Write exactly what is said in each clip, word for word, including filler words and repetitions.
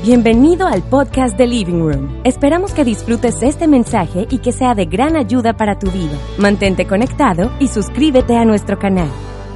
Bienvenido al podcast de Living Room. Esperamos que disfrutes este mensaje y que sea de gran ayuda para tu vida. Mantente conectado y suscríbete a nuestro canal.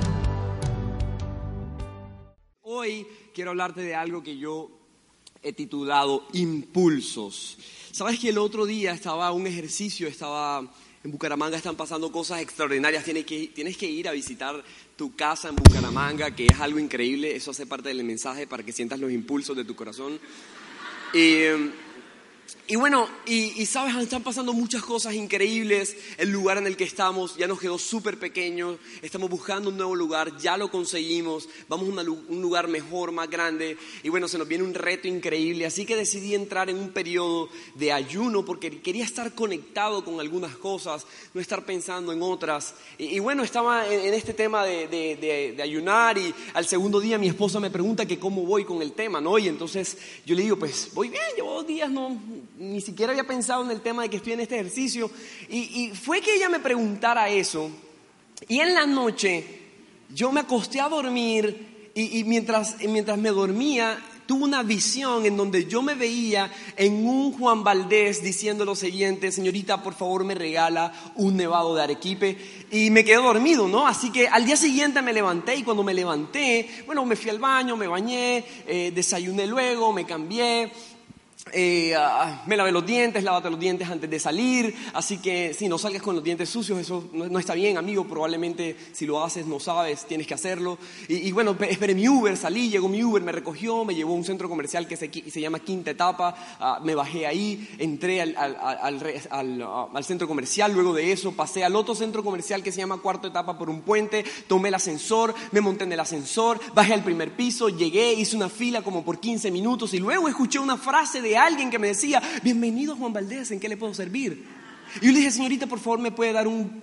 Hoy quiero hablarte de algo que yo he titulado Impulsos. Sabes que el otro día estaba un ejercicio, estaba en Bucaramanga, están pasando cosas extraordinarias. Tienes que, tienes que ir a visitar tu casa en Bucaramanga, que es algo increíble. Eso hace parte del mensaje para que sientas los impulsos de tu corazón. Y, y bueno, y, y sabes, están pasando muchas cosas increíbles. El lugar en el que estamos ya nos quedó súper pequeño. Estamos buscando un nuevo lugar, ya lo conseguimos. Vamos a una, un lugar mejor, más grande. Y bueno, se nos viene un reto increíble. Así que decidí entrar en un periodo de ayuno porque quería estar conectado con algunas cosas, no estar pensando en otras. Y, y bueno, estaba en, en este tema de, de, de, de ayunar, y al segundo día mi esposa me pregunta que cómo voy con el tema, ¿no? Y entonces yo le digo, pues voy bien, llevo dos días, no, ni siquiera había pensado en el tema de que estoy en este ejercicio. Y, y fue que ella me preguntara eso. Y en la noche yo me acosté a dormir y, y mientras, mientras me dormía tuve una visión en donde yo me veía en un Juan Valdez diciendo lo siguiente: señorita, por favor me regala un nevado de Arequipe. Y me quedé dormido, ¿no? Así que al día siguiente me levanté, y cuando me levanté, bueno, me fui al baño, me bañé, eh, desayuné luego, me cambié. Eh, uh, me lavé los dientes, lávate los dientes antes de salir. Así que si no salgas con los dientes sucios, eso no, no está bien, amigo. Probablemente si lo haces no sabes, tienes que hacerlo. Y, y bueno, esperé mi Uber, salí, llegó mi Uber, me recogió, me llevó a un centro comercial que se, se llama Quinta Etapa. uh, Me bajé ahí, entré al, al, al, al, uh, al centro comercial. Luego de eso pasé al otro centro comercial que se llama Cuarta Etapa por un puente. Tomé el ascensor, me monté en el ascensor, bajé al primer piso, llegué, hice una fila como por quince minutos. Y luego escuché una frase de alguien que me decía: bienvenido Juan Valdez, ¿en qué le puedo servir? Y yo le dije: señorita, por favor, ¿me puede dar un...?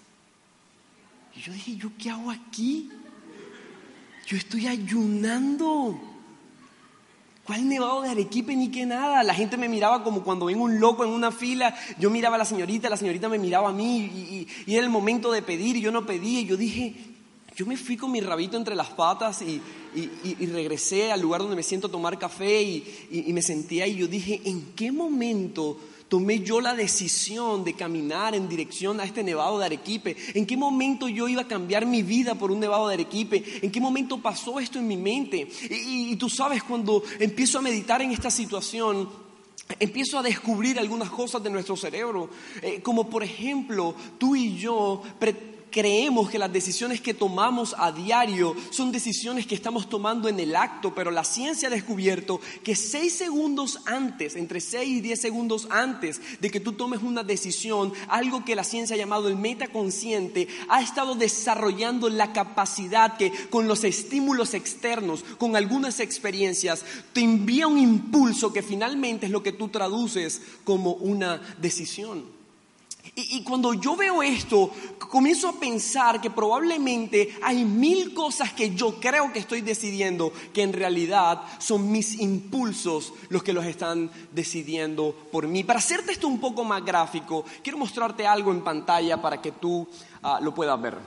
Y yo dije: ¿yo qué hago aquí? Yo estoy ayunando. ¿Cuál nevado de Arequipe ni qué nada? La gente me miraba como cuando ven un loco en una fila. Yo miraba a la señorita, la señorita me miraba a mí, y, y, y era el momento de pedir y yo no pedía. Y yo dije... Yo me fui con mi rabito entre las patas y, y, y, y regresé al lugar donde me siento a tomar café y, y, y me senté ahí y yo dije: ¿en qué momento tomé yo la decisión de caminar en dirección a este nevado de Arequipe? ¿En qué momento yo iba a cambiar mi vida por un nevado de Arequipe? ¿En qué momento pasó esto en mi mente? Y, y, y tú sabes, cuando empiezo a meditar en esta situación, empiezo a descubrir algunas cosas de nuestro cerebro, eh, como por ejemplo, tú y yo pre- creemos que las decisiones que tomamos a diario son decisiones que estamos tomando en el acto, pero la ciencia ha descubierto que seis segundos antes, entre seis y diez segundos antes de que tú tomes una decisión, algo que la ciencia ha llamado el metaconsciente ha estado desarrollando la capacidad que con los estímulos externos, con algunas experiencias, te envía un impulso que finalmente es lo que tú traduces como una decisión. Y, y cuando yo veo esto, comienzo a pensar que probablemente hay mil cosas que yo creo que estoy decidiendo que en realidad son mis impulsos los que los están decidiendo por mí. Para hacerte esto un poco más gráfico, quiero mostrarte algo en pantalla para que tú uh, lo puedas ver.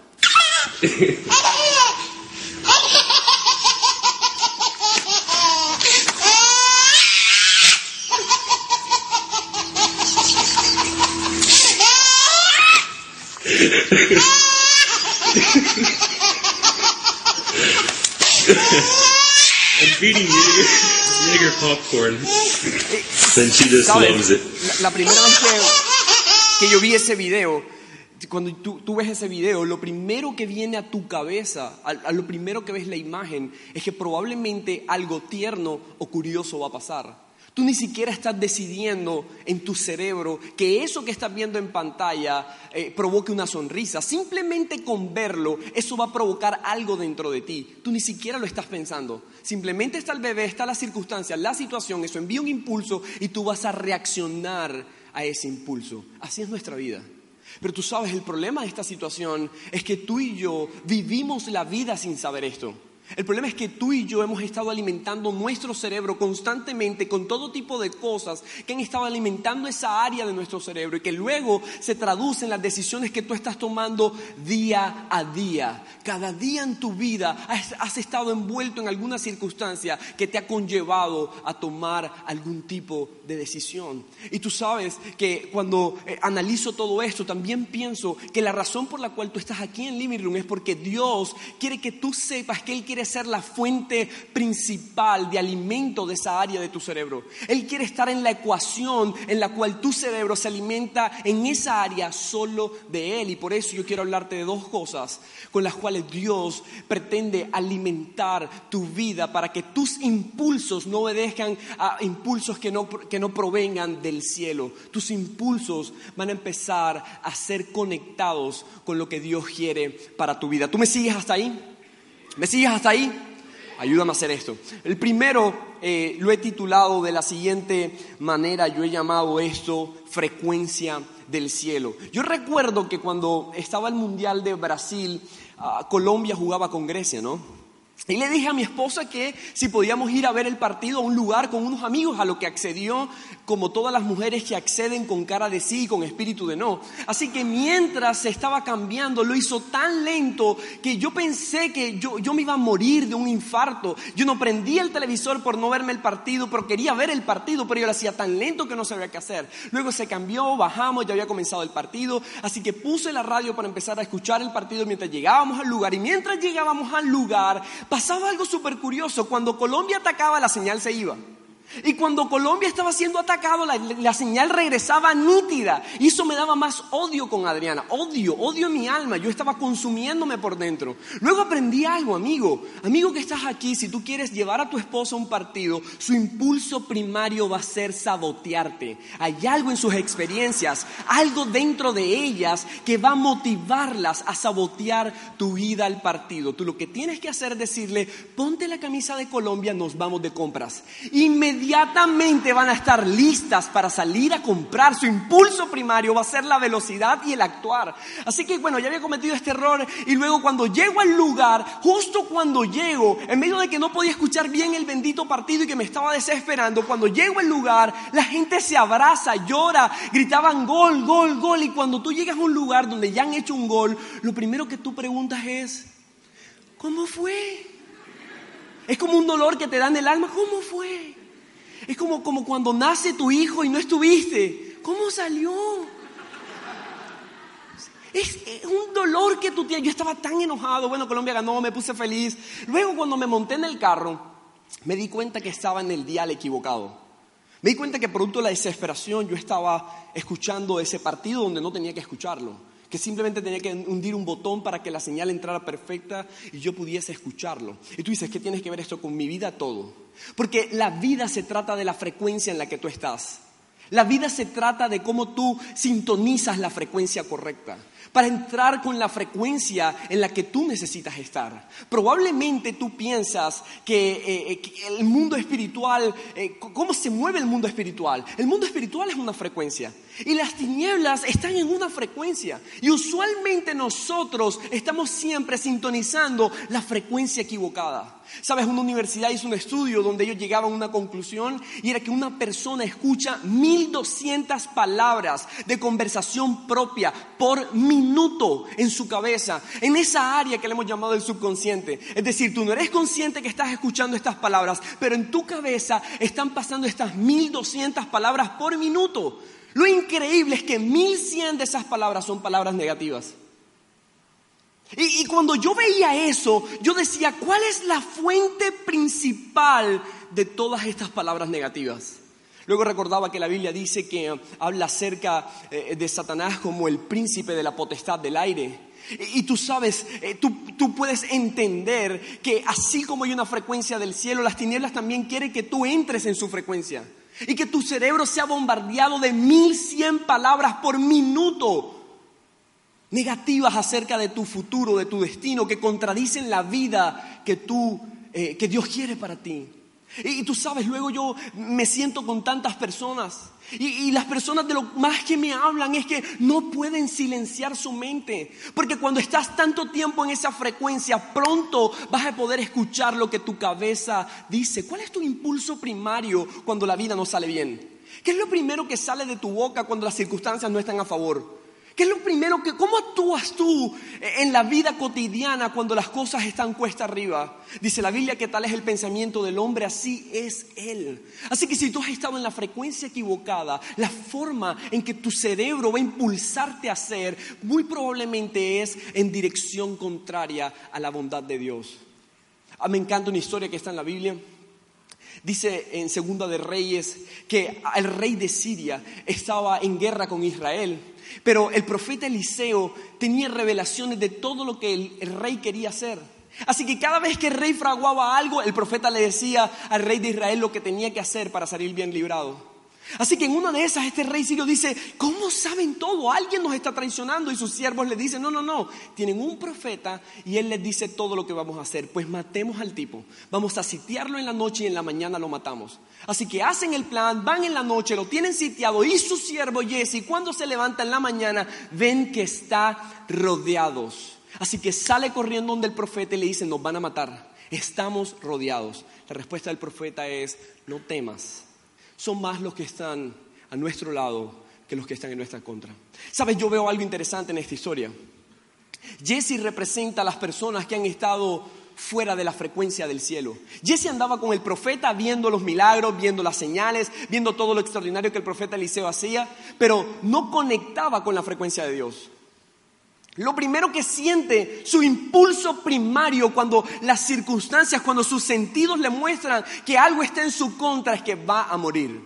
I'm feeding Jaeger, Jaeger popcorn, and she just ¿Sabes? loves it. La, la primera vez que, que yo vi ese video, cuando tú, tú ves ese video, lo primero que viene a tu cabeza, a, a lo primero que ves la imagen, es que probablemente algo tierno o curioso va a pasar. Tú ni siquiera estás decidiendo en tu cerebro que eso que estás viendo en pantalla eh, provoque una sonrisa. Simplemente con verlo, eso va a provocar algo dentro de ti. Tú ni siquiera lo estás pensando. Simplemente está el bebé, está la circunstancia, la situación, eso envía un impulso y tú vas a reaccionar a ese impulso. Así es nuestra vida. Pero tú sabes, el problema de esta situación es que tú y yo vivimos la vida sin saber esto. El problema es que tú y yo hemos estado alimentando nuestro cerebro constantemente con todo tipo de cosas que han estado alimentando esa área de nuestro cerebro y que luego se traducen en las decisiones que tú estás tomando día a día. Cada día en tu vida has, has estado envuelto en alguna circunstancia que te ha conllevado a tomar algún tipo de decisión. Y tú sabes que cuando eh, analizo todo esto, también pienso que la razón por la cual tú estás aquí en Living Room es porque Dios quiere que tú sepas que Él quiere quiere ser la fuente principal de alimento de esa área de tu cerebro. Él quiere estar en la ecuación en la cual tu cerebro se alimenta en esa área solo de Él. Y por eso yo quiero hablarte de dos cosas con las cuales Dios pretende alimentar tu vida para que tus impulsos no obedezcan a impulsos que no, que no provengan del cielo. Tus impulsos van a empezar a ser conectados con lo que Dios quiere para tu vida. ¿Tú me sigues hasta ahí? ¿Me sigues hasta ahí? Ayúdame a hacer esto. El primero eh, lo he titulado de la siguiente manera. Yo he llamado esto frecuencia del cielo. Yo recuerdo que cuando estaba el Mundial de Brasil, uh, Colombia jugaba con Grecia, ¿no? Y le dije a mi esposa que si podíamos ir a ver el partido a un lugar con unos amigos, a lo que accedió, como todas las mujeres que acceden con cara de sí y con espíritu de no. Así que mientras se estaba cambiando, lo hizo tan lento que yo pensé que yo, yo me iba a morir de un infarto. Yo no prendía el televisor por no verme el partido, pero quería ver el partido, pero yo lo hacía tan lento que no sabía qué hacer. Luego se cambió, bajamos, ya había comenzado el partido, así que puse la radio para empezar a escuchar el partido mientras llegábamos al lugar. Y mientras llegábamos al lugar, pasaba algo súper curioso. Cuando Colombia atacaba, la señal se iba. Y cuando Colombia estaba siendo atacado, la, la señal regresaba nítida. Y eso me daba más odio con Adriana. Odio, odio en mi alma. Yo estaba consumiéndome por dentro. Luego aprendí algo, amigo. Amigo que estás aquí, si tú quieres llevar a tu esposa a un partido, su impulso primario va a ser sabotearte. Hay algo en sus experiencias, algo dentro de ellas que va a motivarlas a sabotear tu ida al partido. Tú lo que tienes que hacer es decirle, ponte la camisa de Colombia, nos vamos de compras. Inmediatamente Inmediatamente van a estar listas para salir a comprar. Su impulso primario va a ser la velocidad y el actuar. Así que bueno, ya había cometido este error y luego cuando llego al lugar, justo cuando llego, en medio de que no podía escuchar bien el bendito partido y que me estaba desesperando, cuando llego al lugar, la gente se abraza, llora, gritaban gol, gol, gol. Y cuando tú llegas a un lugar donde ya han hecho un gol, lo primero que tú preguntas es, ¿cómo fue? Es como un dolor que te da en el alma, ¿cómo fue? Es como, como cuando nace tu hijo y no estuviste. ¿Cómo salió? Es, es un dolor que tú tienes. Yo estaba tan enojado. Bueno, Colombia ganó, me puse feliz. Luego cuando me monté en el carro, me di cuenta que estaba en el dial equivocado. Me di cuenta que producto de la desesperación yo estaba escuchando ese partido donde no tenía que escucharlo. Que simplemente tenía que hundir un botón para que la señal entrara perfecta y yo pudiese escucharlo. Y tú dices, ¿qué tienes que ver esto con mi vida? Todo. Porque la vida se trata de la frecuencia en la que tú estás. La vida se trata de cómo tú sintonizas la frecuencia correcta para entrar con la frecuencia en la que tú necesitas estar. Probablemente tú piensas que, eh, que el mundo espiritual, eh, ¿cómo se mueve el mundo espiritual? El mundo espiritual es una frecuencia y las tinieblas están en una frecuencia. Y usualmente nosotros estamos siempre sintonizando la frecuencia equivocada. Sabes, una universidad hizo un estudio donde ellos llegaban a una conclusión y era que una persona escucha mil doscientas palabras de conversación propia por minuto en su cabeza, en esa área que le hemos llamado el subconsciente. Es decir, tú no eres consciente que estás escuchando estas palabras, pero en tu cabeza están pasando estas mil doscientas palabras por minuto. Lo increíble es que mil cien de esas palabras son palabras negativas. Y, y cuando yo veía eso, yo decía, ¿cuál es la fuente principal de todas estas palabras negativas? Luego recordaba que la Biblia dice que uh, habla acerca eh, de Satanás como el príncipe de la potestad del aire. Y, y tú sabes, eh, tú, tú puedes entender que así como hay una frecuencia del cielo, las tinieblas también quieren que tú entres en su frecuencia. Y que tu cerebro sea bombardeado de mil cien palabras por minuto. Negativas acerca de tu futuro, de tu destino, que contradicen la vida que tú, eh, que Dios quiere para ti. Y, y tú sabes, luego yo me siento con tantas personas y, y las personas de lo más que me hablan es que no pueden silenciar su mente, porque cuando estás tanto tiempo en esa frecuencia, pronto vas a poder escuchar lo que tu cabeza dice. ¿Cuál es tu impulso primario cuando la vida no sale bien? ¿Qué es lo primero que sale de tu boca cuando las circunstancias no están a favor? ¿Qué es lo primero que, cómo actúas tú en la vida cotidiana cuando las cosas están cuesta arriba? Dice la Biblia que tal es el pensamiento del hombre, así es él. Así que si tú has estado en la frecuencia equivocada, la forma en que tu cerebro va a impulsarte a hacer, muy probablemente es en dirección contraria a la bondad de Dios. Ah, me encanta una historia que está en la Biblia. Dice en Segunda de Reyes que el rey de Siria estaba en guerra con Israel, pero el profeta Eliseo tenía revelaciones de todo lo que el, el rey quería hacer. Así que cada vez que el rey fraguaba algo, el profeta le decía al rey de Israel lo que tenía que hacer para salir bien librado. Así que en una de esas este rey sirio dice: ¿cómo saben todo? Alguien nos está traicionando. Y sus siervos le dicen: no, no, no, tienen un profeta y él les dice todo lo que vamos a hacer. Pues matemos al tipo, vamos a sitiarlo en la noche y en la mañana lo matamos. Así que hacen el plan, van en la noche, lo tienen sitiado, y su siervo Jesse, cuando se levanta en la mañana, ven que está rodeados. Así que sale corriendo donde el profeta y le dice: nos van a matar, estamos rodeados. La respuesta del profeta es: no temas. Son más los que están a nuestro lado que los que están en nuestra contra. ¿Sabes? Yo veo algo interesante en esta historia. Jesse representa a las personas que han estado fuera de la frecuencia del cielo. Jesse andaba con el profeta viendo los milagros, viendo las señales, viendo todo lo extraordinario que el profeta Eliseo hacía, pero no conectaba con la frecuencia de Dios. Lo primero que siente, su impulso primario cuando las circunstancias, cuando sus sentidos le muestran que algo está en su contra, es que va a morir.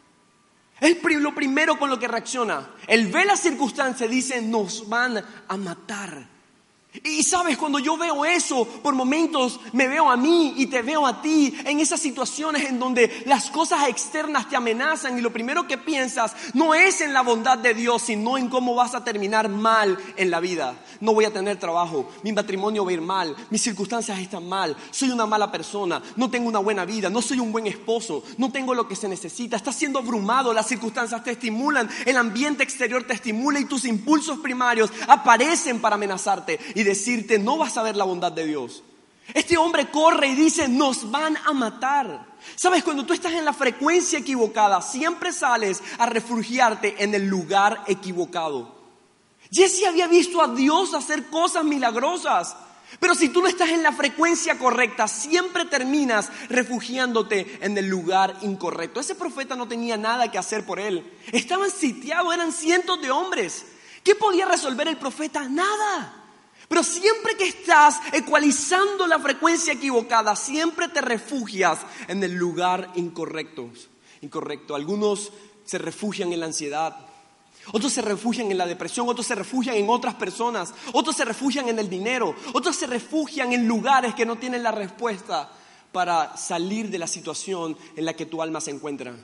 Es lo primero con lo que reacciona. Él ve la circunstancia y dice: nos van a matar. Y sabes, cuando yo veo eso, por momentos me veo a mí y te veo a ti en esas situaciones en donde las cosas externas te amenazan y lo primero que piensas no es en la bondad de Dios, sino en cómo vas a terminar mal en la vida. No voy a tener trabajo, mi matrimonio va a ir mal, mis circunstancias están mal, soy una mala persona, no tengo una buena vida, no soy un buen esposo, no tengo lo que se necesita. Estás siendo abrumado, las circunstancias te estimulan, el ambiente exterior te estimula y tus impulsos primarios aparecen para amenazarte y decirte: no vas a ver la bondad de Dios. Este hombre corre y dice: nos van a matar. Sabes, cuando tú estás en la frecuencia equivocada, siempre sales a refugiarte en el lugar equivocado. Jesse había visto a Dios hacer cosas milagrosas, pero si tú no estás en la frecuencia correcta, siempre terminas refugiándote en el lugar incorrecto. Ese profeta no tenía nada que hacer por él. Estaban sitiados, eran cientos de hombres. ¿Qué podía resolver el profeta? Nada. Pero siempre que estás ecualizando la frecuencia equivocada, siempre te refugias en el lugar incorrecto. Incorrecto. Algunos se refugian en la ansiedad, otros se refugian en la depresión, otros se refugian en otras personas, otros se refugian en el dinero, otros se refugian en lugares que no tienen la respuesta para salir de la situación en la que tu alma se encuentra.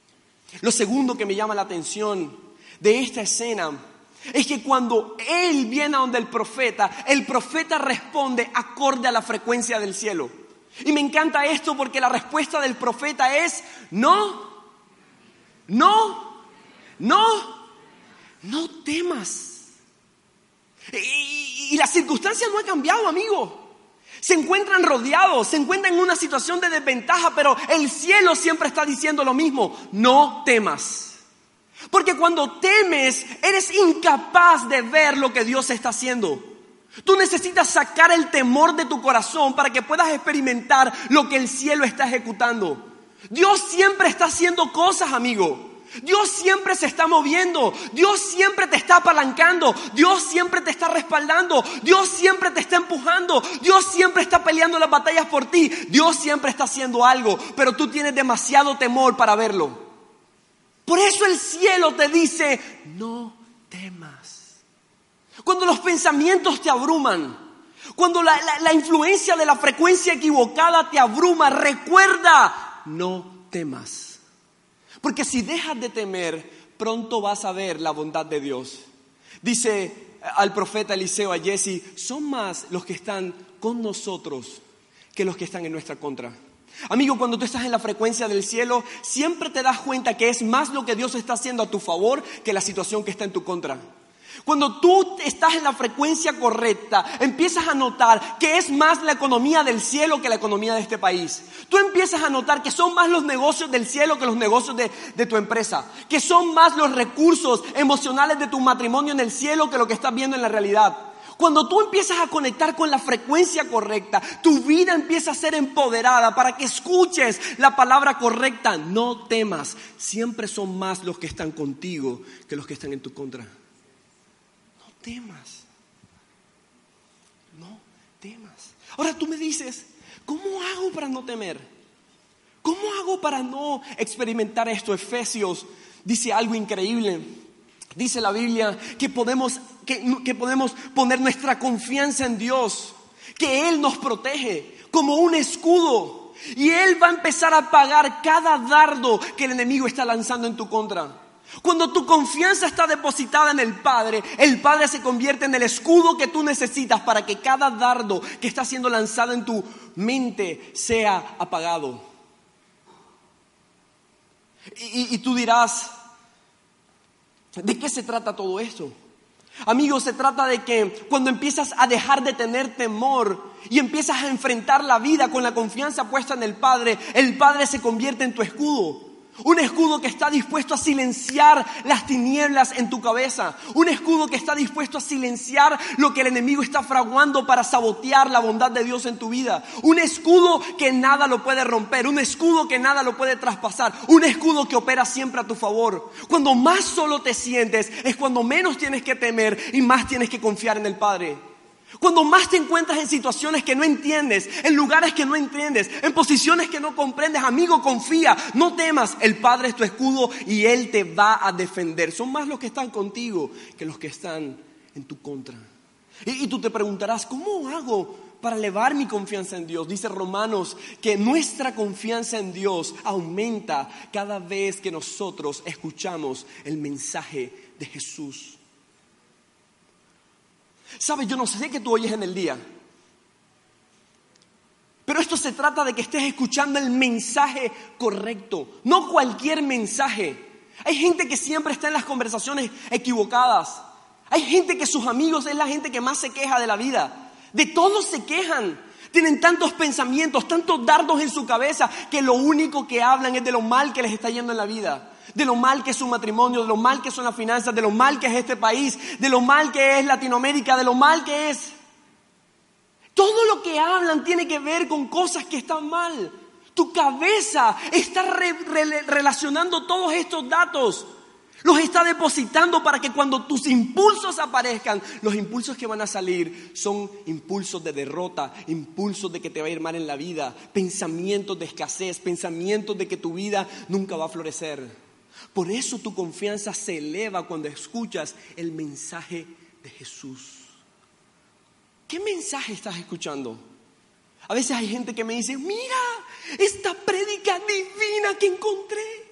Lo segundo que me llama la atención de esta escena es que cuando él viene a donde el profeta, el profeta responde acorde a la frecuencia del cielo. Y me encanta esto porque la respuesta del profeta es: no, no, no, no temas. Y, y, y las circunstancias no han cambiado, amigo. Se encuentran rodeados, se encuentran en una situación de desventaja, pero el cielo siempre está diciendo lo mismo: no temas. Porque cuando temes, eres incapaz de ver lo que Dios está haciendo. Tú necesitas sacar el temor de tu corazón para que puedas experimentar lo que el cielo está ejecutando. Dios siempre está haciendo cosas, amigo. Dios siempre se está moviendo. Dios siempre te está apalancando. Dios siempre te está respaldando. Dios siempre te está empujando. Dios siempre está peleando las batallas por ti. Dios siempre está haciendo algo, pero tú tienes demasiado temor para verlo. Por eso el cielo te dice: no temas. Cuando los pensamientos te abruman, cuando la, la, la influencia de la frecuencia equivocada te abruma, recuerda: no temas. Porque si dejas de temer, pronto vas a ver la bondad de Dios. Dice al profeta Eliseo, a Jesse: son más los que están con nosotros que los que están en nuestra contra. Amigo, cuando tú estás en la frecuencia del cielo, siempre te das cuenta que es más lo que Dios está haciendo a tu favor que la situación que está en tu contra. Cuando tú estás en la frecuencia correcta, empiezas a notar que es más la economía del cielo que la economía de este país. Tú empiezas a notar que son más los negocios del cielo que los negocios de, de tu empresa. Que son más los recursos emocionales de tu matrimonio en el cielo que lo que estás viendo en la realidad. Cuando tú empiezas a conectar con la frecuencia correcta, tu vida empieza a ser empoderada para que escuches la palabra correcta. No temas, siempre son más los que están contigo que los que están en tu contra. No temas, no temas. Ahora tú me dices, ¿cómo hago para no temer? ¿Cómo hago para no experimentar esto? Efesios dice algo increíble. Dice la Biblia que podemos, que, que podemos poner nuestra confianza en Dios, que Él nos protege como un escudo y Él va a empezar a pagar cada dardo que el enemigo está lanzando en tu contra. Cuando tu confianza está depositada en el Padre, el Padre se convierte en el escudo que tú necesitas para que cada dardo que está siendo lanzado en tu mente sea apagado. Y, y, y tú dirás, ¿de qué se trata todo esto? Amigos, se trata de que cuando empiezas a dejar de tener temor y empiezas a enfrentar la vida con la confianza puesta en el Padre, el Padre se convierte en tu escudo. Un escudo que está dispuesto a silenciar las tinieblas en tu cabeza. Un escudo que está dispuesto a silenciar lo que el enemigo está fraguando para sabotear la bondad de Dios en tu vida. Un escudo que nada lo puede romper. Un escudo que nada lo puede traspasar. Un escudo que opera siempre a tu favor. Cuando más solo te sientes es cuando menos tienes que temer y más tienes que confiar en el Padre. Cuando más te encuentras en situaciones que no entiendes, en lugares que no entiendes, en posiciones que no comprendes, amigo, confía, no temas, el Padre es tu escudo y Él te va a defender. Son más los que están contigo que los que están en tu contra. Y, y tú te preguntarás, ¿cómo hago para elevar mi confianza en Dios? Dice Romanos que nuestra confianza en Dios aumenta cada vez que nosotros escuchamos el mensaje de Jesús. Sabes, yo no sé qué tú oyes en el día, pero esto se trata de que estés escuchando el mensaje correcto, no cualquier mensaje. Hay gente que siempre está en las conversaciones equivocadas. Hay gente que sus amigos es la gente que más se queja de la vida. De todos se quejan. Tienen tantos pensamientos, tantos dardos en su cabeza que lo único que hablan es de lo mal que les está yendo en la vida. De lo mal que es su matrimonio, de lo mal que son las finanzas, de lo mal que es este país, de lo mal que es Latinoamérica, de lo mal que es. Todo lo que hablan tiene que ver con cosas que están mal. Tu cabeza está re, re, relacionando todos estos datos. Los está depositando para que cuando tus impulsos aparezcan, los impulsos que van a salir son impulsos de derrota, impulsos de que te va a ir mal en la vida, pensamientos de escasez, pensamientos de que tu vida nunca va a florecer. Por eso tu confianza se eleva cuando escuchas el mensaje de Jesús. ¿Qué mensaje estás escuchando? A veces hay gente que me dice, mira, esta prédica divina que encontré.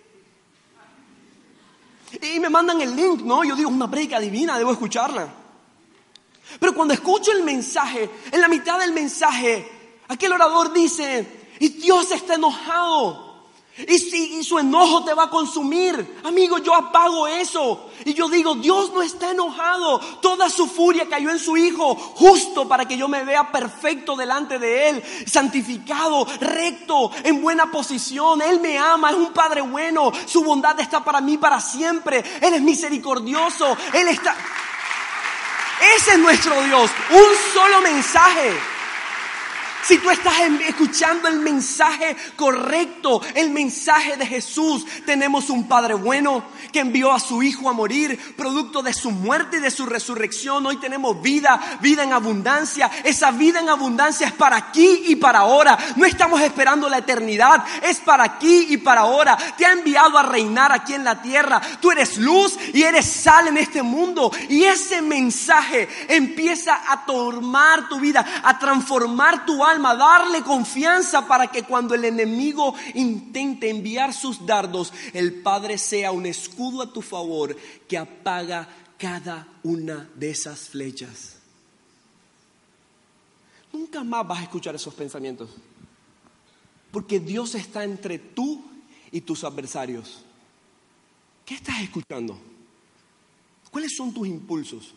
Y me mandan el link, ¿no? Yo digo, una prédica divina, debo escucharla. Pero cuando escucho el mensaje, en la mitad del mensaje, aquel orador dice, y Dios está enojado. Y, si, y su enojo te va a consumir. Amigo, yo apago eso. Y yo digo, Dios no está enojado. Toda su furia cayó en su Hijo, justo para que yo me vea perfecto delante de Él, santificado, recto, en buena posición. Él me ama, es un Padre bueno. Su bondad está para mí para siempre. Él es misericordioso. Él está... Ese es nuestro Dios. Un solo mensaje. Si tú estás escuchando el mensaje correcto, el mensaje de Jesús, tenemos un Padre bueno que envió a su Hijo a morir, producto de su muerte y de su resurrección. Hoy tenemos vida, vida en abundancia. Esa vida en abundancia es para aquí y para ahora. No estamos esperando la eternidad, es para aquí y para ahora. Te ha enviado a reinar aquí en la tierra. Tú eres luz y eres sal en este mundo. Y ese mensaje empieza a tomar tu vida, a transformar tu alma. Darle confianza para que cuando el enemigo intente enviar sus dardos, el Padre sea un escudo a tu favor que apaga cada una de esas flechas. Nunca más vas a escuchar esos pensamientos. Porque Dios está entre tú y tus adversarios. ¿Qué estás escuchando? ¿Cuáles son tus impulsos?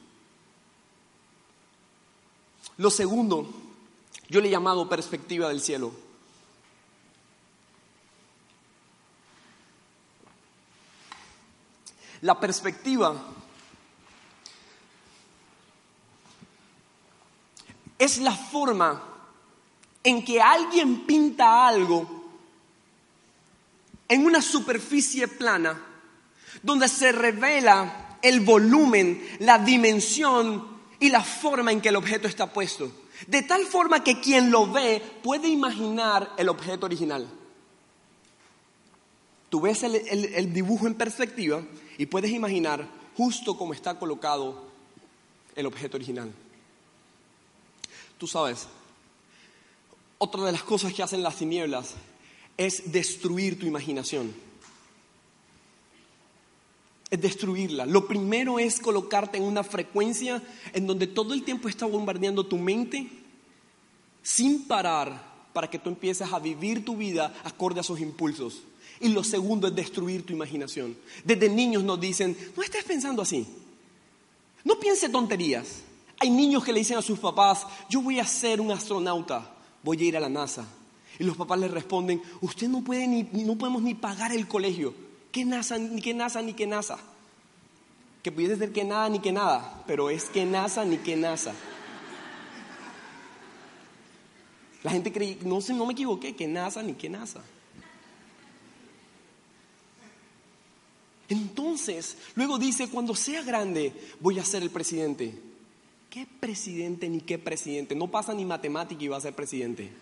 Lo segundo, yo le he llamado perspectiva del cielo. La perspectiva es la forma en que alguien pinta algo en una superficie plana donde se revela el volumen, la dimensión y la forma en que el objeto está puesto. De tal forma que quien lo ve puede imaginar el objeto original. Tú ves el, el, el dibujo en perspectiva y puedes imaginar justo cómo está colocado el objeto original. Tú sabes, otra de las cosas que hacen las tinieblas es destruir tu imaginación. Es destruirla. Lo primero es colocarte en una frecuencia en donde todo el tiempo está bombardeando tu mente sin parar para que tú empieces a vivir tu vida acorde a sus impulsos. Y lo segundo es destruir tu imaginación. Desde niños nos dicen, no estés pensando así. No piense tonterías. Hay niños que le dicen a sus papás, yo voy a ser un astronauta, voy a ir a la NASA. Y los papás les responden, usted no puede ni, no podemos ni pagar el colegio. ¿Qué NASA, ni qué NASA, ni qué NASA? Que pudiese ser que nada, ni que nada, pero es que NASA, ni que NASA. La gente cree, no sé, no me equivoqué, que NASA, ni que NASA. Entonces, luego dice, cuando sea grande, voy a ser el presidente. ¿Qué presidente ni qué presidente? No pasa ni matemática y va a ser presidente.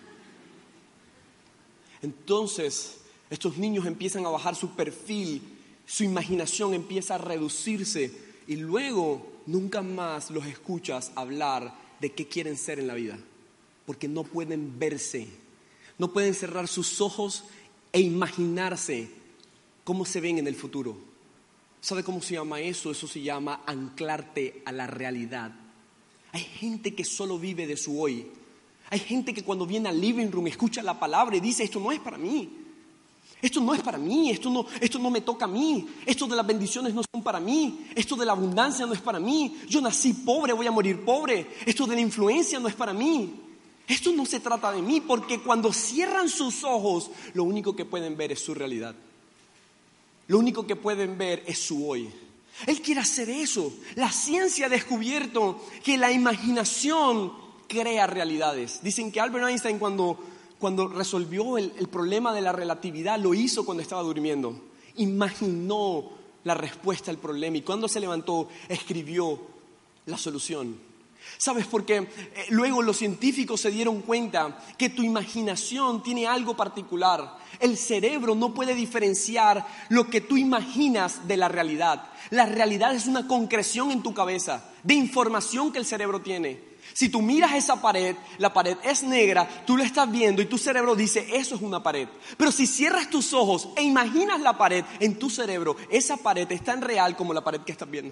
Entonces, estos niños empiezan a bajar su perfil, su imaginación empieza a reducirse y luego nunca más los escuchas hablar de qué quieren ser en la vida. Porque no pueden verse, no pueden cerrar sus ojos e imaginarse cómo se ven en el futuro. ¿Sabe cómo se llama eso? Eso se llama anclarte a la realidad. Hay gente que solo vive de su hoy. Hay gente que cuando viene al living room escucha la palabra y dice, esto no es para mí. Esto no es para mí, esto no, esto no me toca a mí. Esto de las bendiciones no son para mí. Esto de la abundancia no es para mí. Yo nací pobre, voy a morir pobre. Esto de la influencia no es para mí. Esto no se trata de mí, porque cuando cierran sus ojos, lo único que pueden ver es su realidad. Lo único que pueden ver es su hoy. Él quiere hacer eso. La ciencia ha descubierto que la imaginación crea realidades. Dicen que Albert Einstein cuando, cuando resolvió el, el problema de la relatividad, lo hizo cuando estaba durmiendo. Imaginó la respuesta al problema y cuando se levantó, escribió la solución. ¿Sabes por qué? Eh, luego los científicos se dieron cuenta que tu imaginación tiene algo particular. El cerebro no puede diferenciar lo que tú imaginas de la realidad. La realidad es una concreción en tu cabeza de información que el cerebro tiene. Si tú miras esa pared, la pared es negra, tú la estás viendo y tu cerebro dice, eso es una pared. Pero si cierras tus ojos e imaginas la pared en tu cerebro, esa pared es tan real como la pared que estás viendo.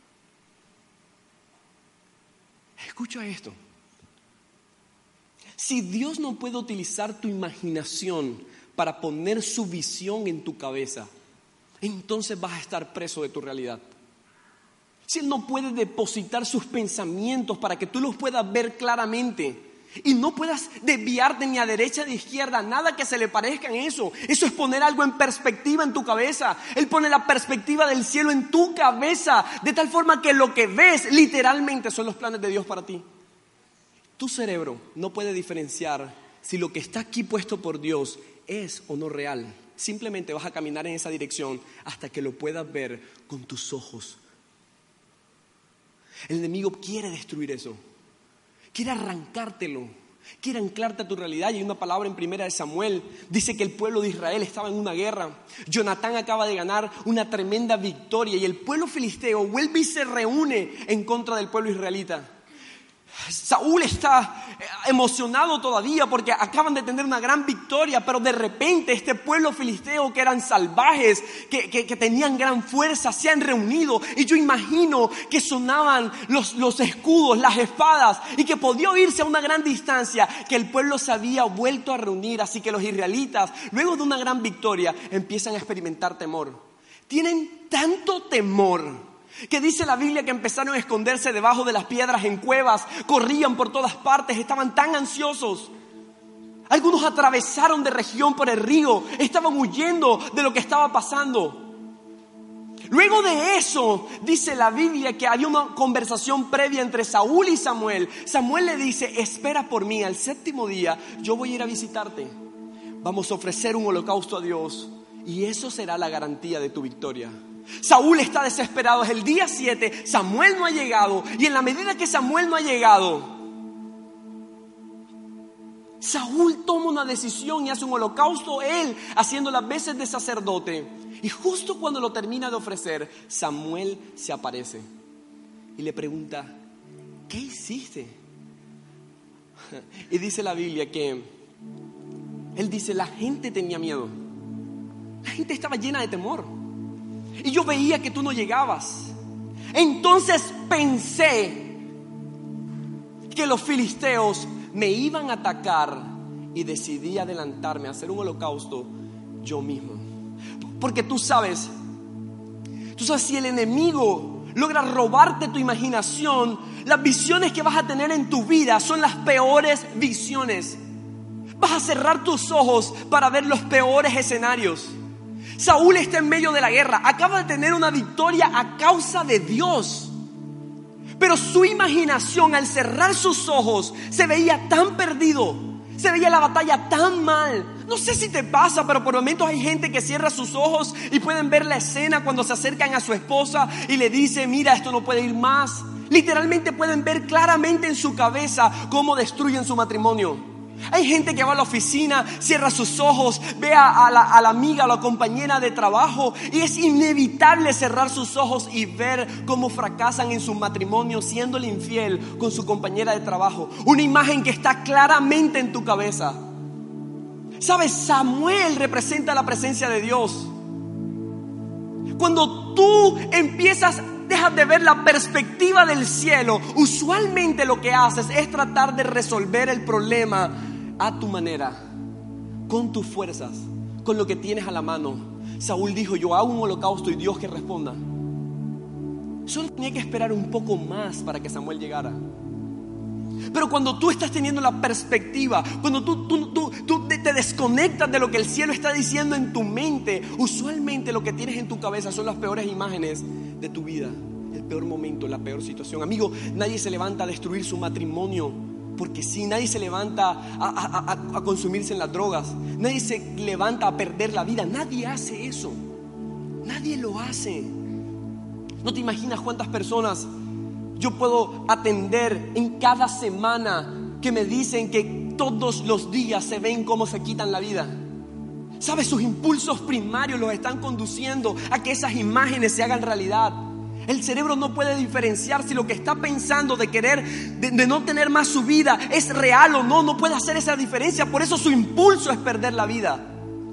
Escucha esto. Si Dios no puede utilizar tu imaginación para poner su visión en tu cabeza, entonces vas a estar preso de tu realidad. Si Él no puede depositar sus pensamientos para que tú los puedas ver claramente y no puedas desviarte ni a derecha ni a izquierda, nada que se le parezca en eso. Eso es poner algo en perspectiva en tu cabeza. Él pone la perspectiva del cielo en tu cabeza, de tal forma que lo que ves literalmente son los planes de Dios para ti. Tu cerebro no puede diferenciar si lo que está aquí puesto por Dios es o no real. Simplemente vas a caminar en esa dirección hasta que lo puedas ver con tus ojos. El enemigo quiere destruir eso. Quiere arrancártelo, quiere anclarte a tu realidad. Y hay una palabra en primera de Samuel, dice que el pueblo de Israel estaba en una guerra. Jonatán acaba de ganar una tremenda victoria y el pueblo filisteo vuelve y se reúne en contra del pueblo israelita. Saúl está emocionado todavía porque acaban de tener una gran victoria, pero de repente este pueblo filisteo que eran salvajes, que, que, que tenían gran fuerza, se han reunido y yo imagino que sonaban los, los escudos, las espadas y que podía oírse a una gran distancia que el pueblo se había vuelto a reunir. Así que los israelitas, luego de una gran victoria, empiezan a experimentar temor. Tienen tanto temor que dice la Biblia que empezaron a esconderse debajo de las piedras en cuevas, corrían por todas partes, estaban tan ansiosos. Algunos atravesaron de región por el río, estaban huyendo de lo que estaba pasando. Luego de eso, dice la Biblia que había una conversación previa entre Saúl y Samuel. Samuel le dice: espera por mí, al séptimo día yo voy a ir a visitarte. Vamos a ofrecer un holocausto a Dios y eso será la garantía de tu victoria. Saúl está desesperado, es el día siete, Samuel no ha llegado y en la medida que Samuel no ha llegado, Saúl toma una decisión y hace un holocausto, él haciendo las veces de sacerdote. Y justo cuando lo termina de ofrecer, Samuel se aparece y le pregunta: ¿qué hiciste? Y dice la Biblia que él dice: la gente tenía miedo, la gente estaba llena de temor y yo veía que tú no llegabas. Entonces pensé que los filisteos me iban a atacar y decidí adelantarme a hacer un holocausto yo mismo. Porque tú sabes, tú sabes, si el enemigo logra robarte tu imaginación, las visiones que vas a tener en tu vida son las peores visiones. Vas a cerrar tus ojos para ver los peores escenarios. Saúl está en medio de la guerra, acaba de tener una victoria a causa de Dios. Pero su imaginación, al cerrar sus ojos, se veía tan perdido, se veía la batalla tan mal. No sé si te pasa, pero por momentos hay gente que cierra sus ojos y pueden ver la escena cuando se acercan a su esposa y le dice: mira, esto no puede ir más. Literalmente pueden ver claramente en su cabeza cómo destruyen su matrimonio. Hay gente que va a la oficina, cierra sus ojos, ve a la, a la amiga, a la compañera de trabajo y es inevitable cerrar sus ojos y ver cómo fracasan en su matrimonio siéndole infiel con su compañera de trabajo. Una imagen que está claramente en tu cabeza. ¿Sabes? Samuel representa la presencia de Dios. Cuando tú empiezas, dejas de ver la perspectiva del cielo, usualmente lo que haces es tratar de resolver el problema a tu manera, con tus fuerzas, con lo que tienes a la mano. Saúl dijo: yo hago un holocausto y Dios que responda. Solo tenía que esperar un poco más para que Samuel llegara. Pero cuando tú estás teniendo la perspectiva, cuando tú, tú, tú, tú te desconectas de lo que el cielo está diciendo en tu mente, usualmente lo que tienes en tu cabeza son las peores imágenes de tu vida, el peor momento, la peor situación. Amigo, nadie se levanta a destruir su matrimonio porque sí, nadie se levanta a, a, a, a consumirse en las drogas, nadie se levanta a perder la vida, nadie hace eso, nadie lo hace. No te imaginas cuántas personas yo puedo atender en cada semana que me dicen que todos los días se ven cómo se quitan la vida. ¿Sabes? Sus impulsos primarios los están conduciendo a que esas imágenes se hagan realidad. El cerebro no puede diferenciar si lo que está pensando de querer, de, de no tener más su vida, es real o no. No puede hacer esa diferencia. Por eso su impulso es perder la vida.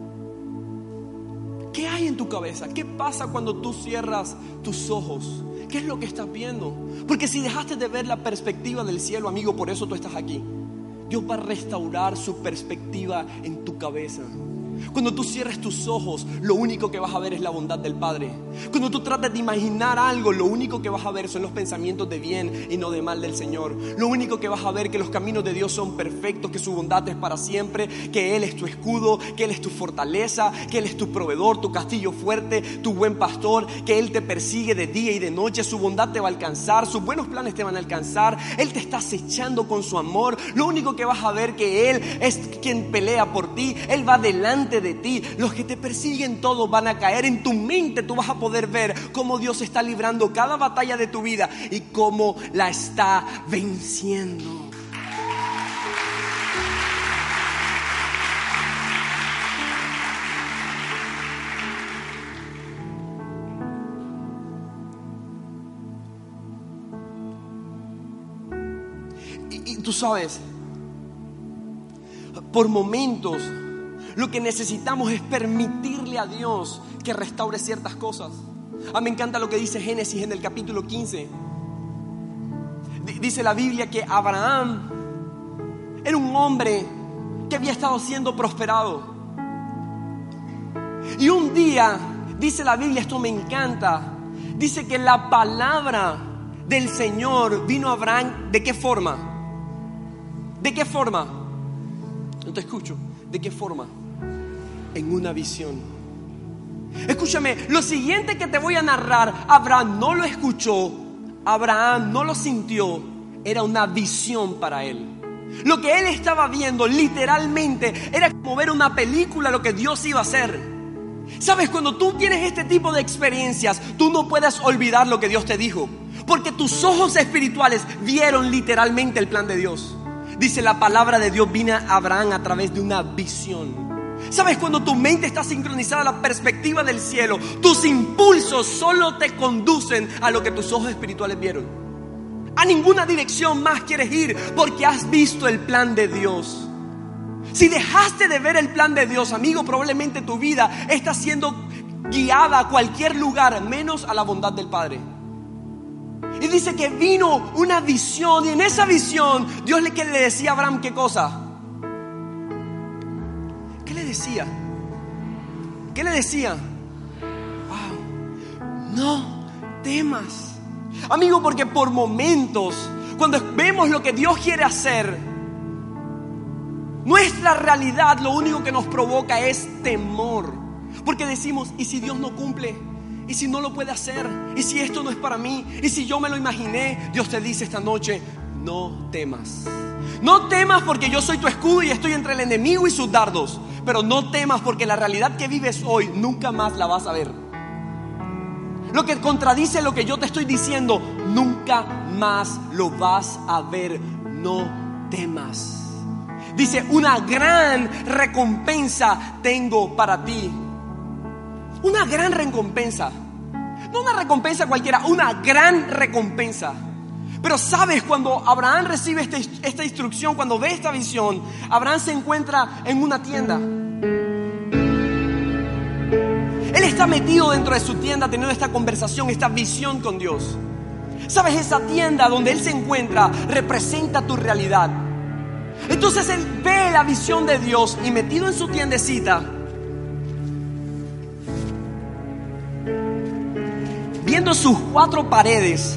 ¿Qué hay en tu cabeza? ¿Qué pasa cuando tú cierras tus ojos? ¿Qué es lo que estás viendo? Porque si dejaste de ver la perspectiva del cielo, amigo, por eso tú estás aquí. Dios va a restaurar su perspectiva en tu cabeza. Cuando tú cierres tus ojos, lo único que vas a ver es la bondad del Padre. Cuando tú tratas de imaginar algo, lo único que vas a ver son los pensamientos de bien y no de mal del Señor. Lo único que vas a ver es que los caminos de Dios son perfectos, que su bondad es para siempre, que Él es tu escudo, que Él es tu fortaleza, que Él es tu proveedor, tu castillo fuerte, tu buen pastor, que Él te persigue de día y de noche, su bondad te va a alcanzar, sus buenos planes te van a alcanzar, Él te está acechando con su amor. Lo único que vas a ver que Él es quien pelea por ti, Él va delante de ti. Los que te persiguen todos van a caer. En tu mente tú vas a poder ver cómo Dios está librando cada batalla de tu vida y cómo la está venciendo. Y, y tú sabes, por momentos lo que necesitamos es permitirle a Dios que restaure ciertas cosas. Ah, me encanta lo que dice Génesis en el capítulo quince. D- dice la Biblia que Abraham era un hombre que había estado siendo prosperado. Y un día, dice la Biblia, esto me encanta, dice que la palabra del Señor vino a Abraham. ¿De qué forma? ¿De qué forma? No te escucho. ¿De qué forma? En una visión. Escúchame, lo siguiente que te voy a narrar, Abraham no lo escuchó, Abraham no lo sintió, era una visión para él. Lo que él estaba viendo literalmente era como ver una película, lo que Dios iba a hacer. Sabes, cuando tú tienes este tipo de experiencias, tú no puedes olvidar lo que Dios te dijo, porque tus ojos espirituales vieron literalmente el plan de Dios. Dice la palabra de Dios vino a Abraham a través de una visión. ¿Sabes? Cuando tu mente está sincronizada a la perspectiva del cielo, tus impulsos solo te conducen a lo que tus ojos espirituales vieron. A ninguna dirección más quieres ir porque has visto el plan de Dios. Si dejaste de ver el plan de Dios, amigo, probablemente tu vida está siendo guiada a cualquier lugar menos a la bondad del Padre. Y dice que vino una visión, y en esa visión Dios le, que le decía a Abraham, ¿qué cosa? ¿Qué le decía? ¿Qué le decía? Wow, no temas. Amigo, porque por momentos, cuando vemos lo que Dios quiere hacer, nuestra realidad lo único que nos provoca es temor. Porque decimos, ¿y si Dios no cumple? ¿Y si no lo puede hacer? ¿Y si esto no es para mí? ¿Y si yo me lo imaginé? Dios te dice esta noche, no temas. No temas porque yo soy tu escudo y estoy entre el enemigo y sus dardos. Pero no temas porque la realidad que vives hoy nunca más la vas a ver. Lo que contradice lo que yo te estoy diciendo, nunca más lo vas a ver. No temas. Dice, una gran recompensa tengo para ti. Una gran recompensa. No una recompensa cualquiera, una gran recompensa. Pero sabes, cuando Abraham recibe este, esta instrucción, cuando ve esta visión, Abraham se encuentra en una tienda. Él está metido dentro de su tienda teniendo esta conversación, esta visión con Dios. Sabes, esa tienda donde él se encuentra representa tu realidad. Entonces él ve la visión de Dios y metido en su tiendecita, viendo sus cuatro paredes,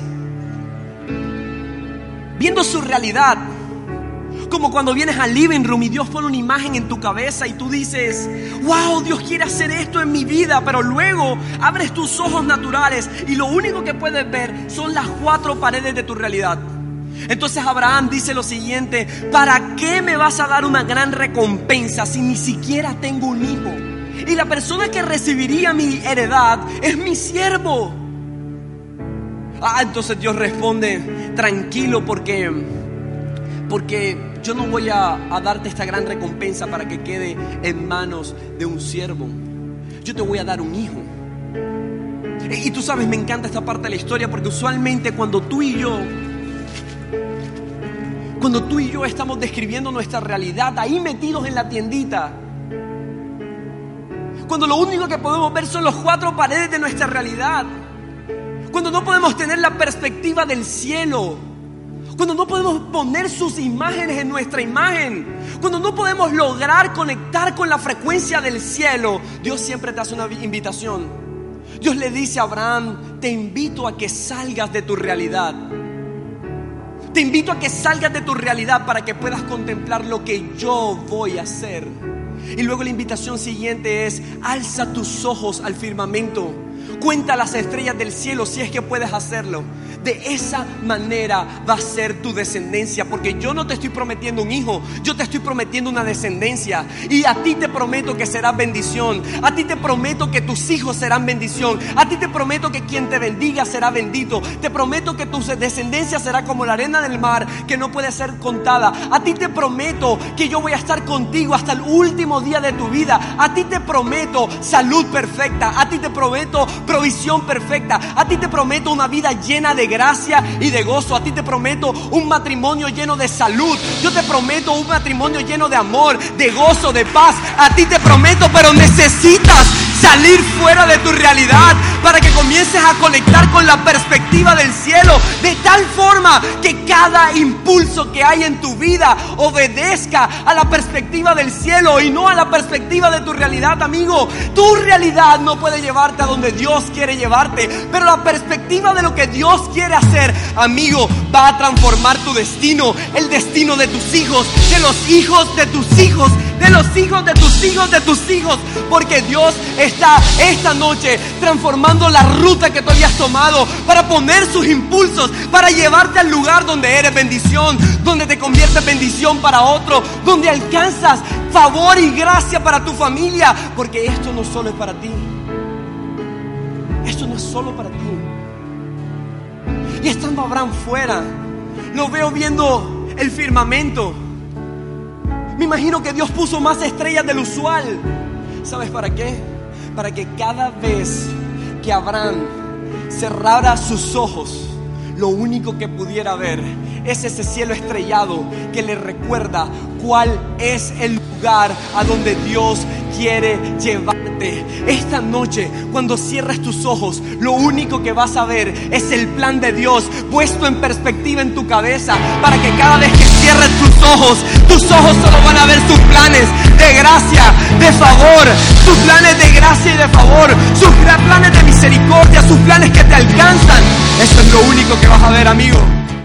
viendo su realidad, como cuando vienes al living room y Dios pone una imagen en tu cabeza y tú dices, wow, Dios quiere hacer esto en mi vida, pero luego abres tus ojos naturales y lo único que puedes ver son las cuatro paredes de tu realidad. Entonces Abraham dice lo siguiente, ¿para qué me vas a dar una gran recompensa si ni siquiera tengo un hijo? Y la persona que recibiría mi heredad es mi siervo. Ah, entonces Dios responde, tranquilo, porque, porque yo no voy a, a darte esta gran recompensa para que quede en manos de un siervo. Yo te voy a dar un hijo. Y, y tú sabes, me encanta esta parte de la historia porque usualmente cuando tú y yo Cuando tú y yo estamos describiendo nuestra realidad ahí metidos en la tiendita, cuando lo único que podemos ver son los cuatro paredes de nuestra realidad, cuando no podemos tener la perspectiva del cielo, cuando no podemos poner sus imágenes en nuestra imagen, cuando no podemos lograr conectar con la frecuencia del cielo, Dios siempre te hace una invitación. Dios le dice a Abraham, te invito a que salgas de tu realidad. Te invito a que salgas de tu realidad para que puedas contemplar lo que yo voy a hacer. Y luego la invitación siguiente es, alza tus ojos al firmamento. Cuenta las estrellas del cielo si es que puedes hacerlo. De esa manera va a ser tu descendencia, porque yo no te estoy prometiendo un hijo, yo te estoy prometiendo una descendencia. Y a ti te prometo que serás bendición. A ti te prometo que tus hijos serán bendición. A ti te prometo que quien te bendiga será bendito. Te prometo que tu descendencia será como la arena del mar, que no puede ser contada. A ti te prometo que yo voy a estar contigo hasta el último día de tu vida. A ti te prometo salud perfecta. A ti te prometo provisión perfecta. A ti te prometo una vida llena de gracia y de gozo. A ti te prometo un matrimonio lleno de salud. Yo te prometo un matrimonio lleno de amor, de gozo, de paz. A ti te prometo, pero necesitas salir fuera de tu realidad para que comiences a conectar con la perspectiva del cielo, de tal forma que cada impulso que hay en tu vida obedezca a la perspectiva del cielo y no a la perspectiva de tu realidad, amigo. Tu realidad no puede llevarte a donde Dios quiere llevarte, pero la perspectiva de lo que Dios quiere hacer, amigo, va a transformar tu destino, el destino de tus hijos, de los hijos de tus hijos, de los hijos de tus hijos de tus hijos, porque Dios está esta noche transformando la ruta que tú habías tomado para poner sus impulsos, para llevarte al lugar donde eres bendición, donde te conviertes bendición para otro, donde alcanzas favor y gracia para tu familia, porque esto no solo es para ti, esto no es solo para ti. Y estando Abraham fuera, lo veo viendo el firmamento. Me imagino que Dios puso más estrellas del usual. ¿Sabes para qué? Para que cada vez que Abraham cerrara sus ojos, lo único que pudiera ver es ese cielo estrellado que le recuerda cuál es el lugar a donde Dios quiere llevarte. Esta noche, cuando cierres tus ojos, lo único que vas a ver es el plan de Dios puesto en perspectiva en tu cabeza, para que cada vez que cierres tus ojos, tus ojos solo van a ver sus planes de gracia, de favor, sus planes de gracia y de favor, sus planes de misericordia, sus planes que te alcanzan. Eso es lo único que vas a ver, amigo.